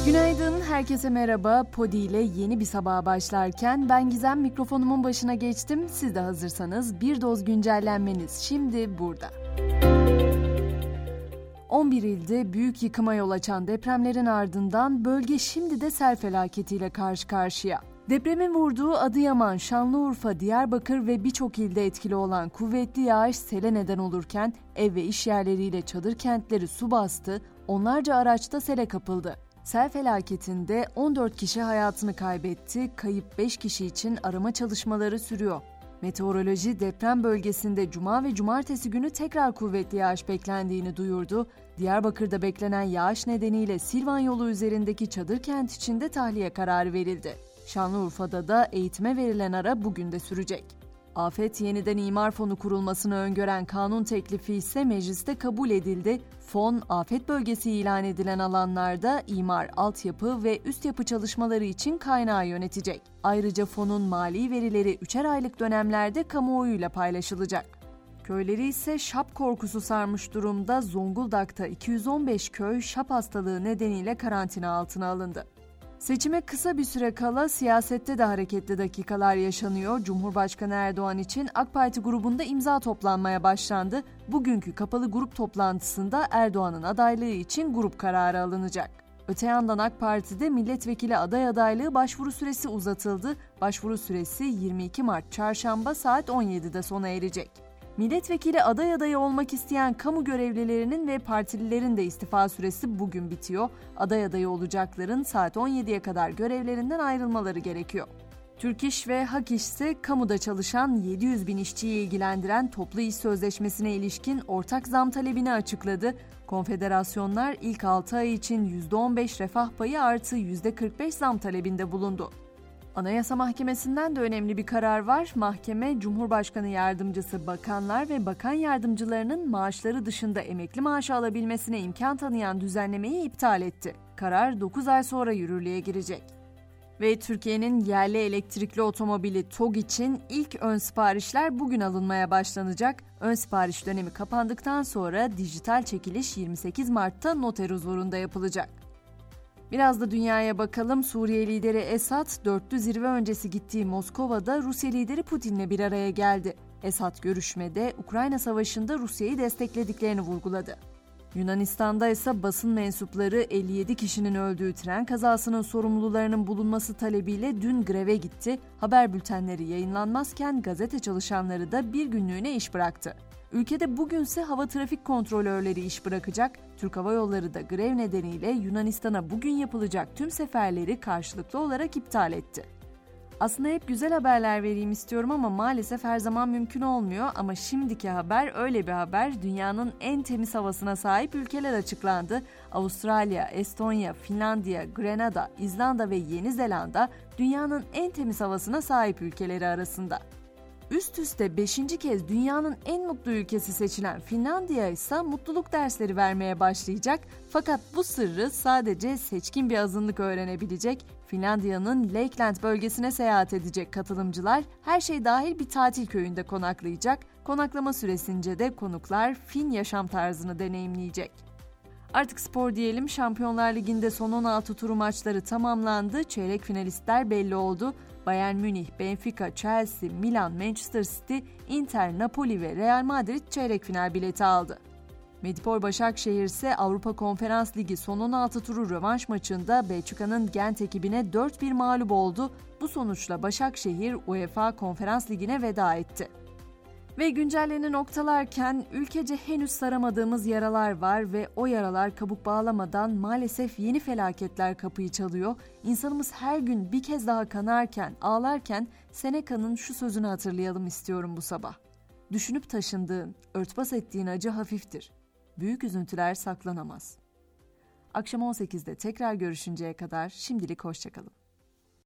Günaydın, herkese merhaba. Podi ile yeni bir sabaha başlarken ben Gizem, mikrofonumun başına geçtim. Siz de hazırsanız bir doz güncellenmeniz şimdi burada. 11 ilde büyük yıkıma yol açan depremlerin ardından bölge şimdi de sel felaketiyle karşı karşıya. Depremin vurduğu Adıyaman, Şanlıurfa, Diyarbakır ve birçok ilde etkili olan kuvvetli yağış sele neden olurken ev ve iş yerleriyle çadır kentleri su bastı, onlarca araçta sele kapıldı. Sel felaketinde 14 kişi hayatını kaybetti, kayıp 5 kişi için arama çalışmaları sürüyor. Meteoroloji deprem bölgesinde cuma ve cumartesi günü tekrar kuvvetli yağış beklendiğini duyurdu. Diyarbakır'da beklenen yağış nedeniyle Silvan yolu üzerindeki çadır kent içinde tahliye kararı verildi. Şanlıurfa'da da eğitime verilen ara bugün de sürecek. Afet Yeniden İmar Fonu kurulmasını öngören kanun teklifi ise mecliste kabul edildi. Fon, afet bölgesi ilan edilen alanlarda imar, altyapı ve üst yapı çalışmaları için kaynağı yönetecek. Ayrıca fonun mali verileri 3'er aylık dönemlerde kamuoyuyla paylaşılacak. Köyleri ise şap korkusu sarmış durumda. Zonguldak'ta 215 köy şap hastalığı nedeniyle karantina altına alındı. Seçime kısa bir süre kala siyasette de hareketli dakikalar yaşanıyor. Cumhurbaşkanı Erdoğan için AK Parti grubunda imza toplanmaya başlandı. Bugünkü kapalı grup toplantısında Erdoğan'ın adaylığı için grup kararı alınacak. Öte yandan AK Parti'de milletvekili adaylığı başvuru süresi uzatıldı. Başvuru süresi 22 Mart Çarşamba saat 17'de sona erecek. Milletvekili adayı olmak isteyen kamu görevlilerinin ve partililerin de istifa süresi bugün bitiyor. Adayı olacakların saat 17'ye kadar görevlerinden ayrılmaları gerekiyor. Türk İş ve Hak İş ise kamuda çalışan 700 bin işçiyi ilgilendiren toplu iş sözleşmesine ilişkin ortak zam talebini açıkladı. Konfederasyonlar ilk 6 ay için %15 refah payı artı %45 zam talebinde bulundu. Anayasa Mahkemesi'nden de önemli bir karar var. Mahkeme, Cumhurbaşkanı Yardımcısı, bakanlar ve bakan yardımcılarının maaşları dışında emekli maaşı alabilmesine imkan tanıyan düzenlemeyi iptal etti. Karar 9 ay sonra yürürlüğe girecek. Ve Türkiye'nin yerli elektrikli otomobili TOG için ilk ön siparişler bugün alınmaya başlanacak. Ön sipariş dönemi kapandıktan sonra dijital çekiliş 28 Mart'ta noter huzurunda yapılacak. Biraz da dünyaya bakalım. Suriye lideri Esad, dörtlü zirve öncesi gittiği Moskova'da Rusya lideri Putin'le bir araya geldi. Esad görüşmede Ukrayna Savaşı'nda Rusya'yı desteklediklerini vurguladı. Yunanistan'da ise basın mensupları 57 kişinin öldüğü tren kazasının sorumlularının bulunması talebiyle dün greve gitti. Haber bültenleri yayınlanmazken gazete çalışanları da bir günlüğüne iş bıraktı. Ülkede bugünse hava trafik kontrolörleri iş bırakacak. Türk Hava Yolları da grev nedeniyle Yunanistan'a bugün yapılacak tüm seferleri karşılıklı olarak iptal etti. Aslında hep güzel haberler vereyim istiyorum ama maalesef her zaman mümkün olmuyor. Ama şimdiki haber öyle bir haber. Dünyanın en temiz havasına sahip ülkeler açıklandı. Avustralya, Estonya, Finlandiya, Grenada, İzlanda ve Yeni Zelanda dünyanın en temiz havasına sahip ülkeleri arasında. Üst üste 5. kez dünyanın en mutlu ülkesi seçilen Finlandiya ise mutluluk dersleri vermeye başlayacak. Fakat bu sırrı sadece seçkin bir azınlık öğrenebilecek. Finlandiya'nın Lakeland bölgesine seyahat edecek katılımcılar her şey dahil bir tatil köyünde konaklayacak. Konaklama süresince de konuklar Fin yaşam tarzını deneyimleyecek. Artık spor diyelim. Şampiyonlar Ligi'nde son 16 turu maçları tamamlandı. Çeyrek finalistler belli oldu. Bayern Münih, Benfica, Chelsea, Milan, Manchester City, Inter, Napoli ve Real Madrid çeyrek final bileti aldı. Medipol Başakşehir ise Avrupa Konferans Ligi son 16 turu rövanş maçında Belçika'nın Gent ekibine 4-1 mağlup oldu. Bu sonuçla Başakşehir UEFA Konferans Ligi'ne veda etti. Ve güncelleni noktalarken ülkece henüz saramadığımız yaralar var ve o yaralar kabuk bağlamadan maalesef yeni felaketler kapıyı çalıyor. İnsanımız her gün bir kez daha kanarken, ağlarken Seneca'nın şu sözünü hatırlayalım istiyorum bu sabah. Düşünüp taşındığın, örtbas ettiğin acı hafiftir. Büyük üzüntüler saklanamaz. Akşam 18'de tekrar görüşünceye kadar şimdilik hoşça kalın.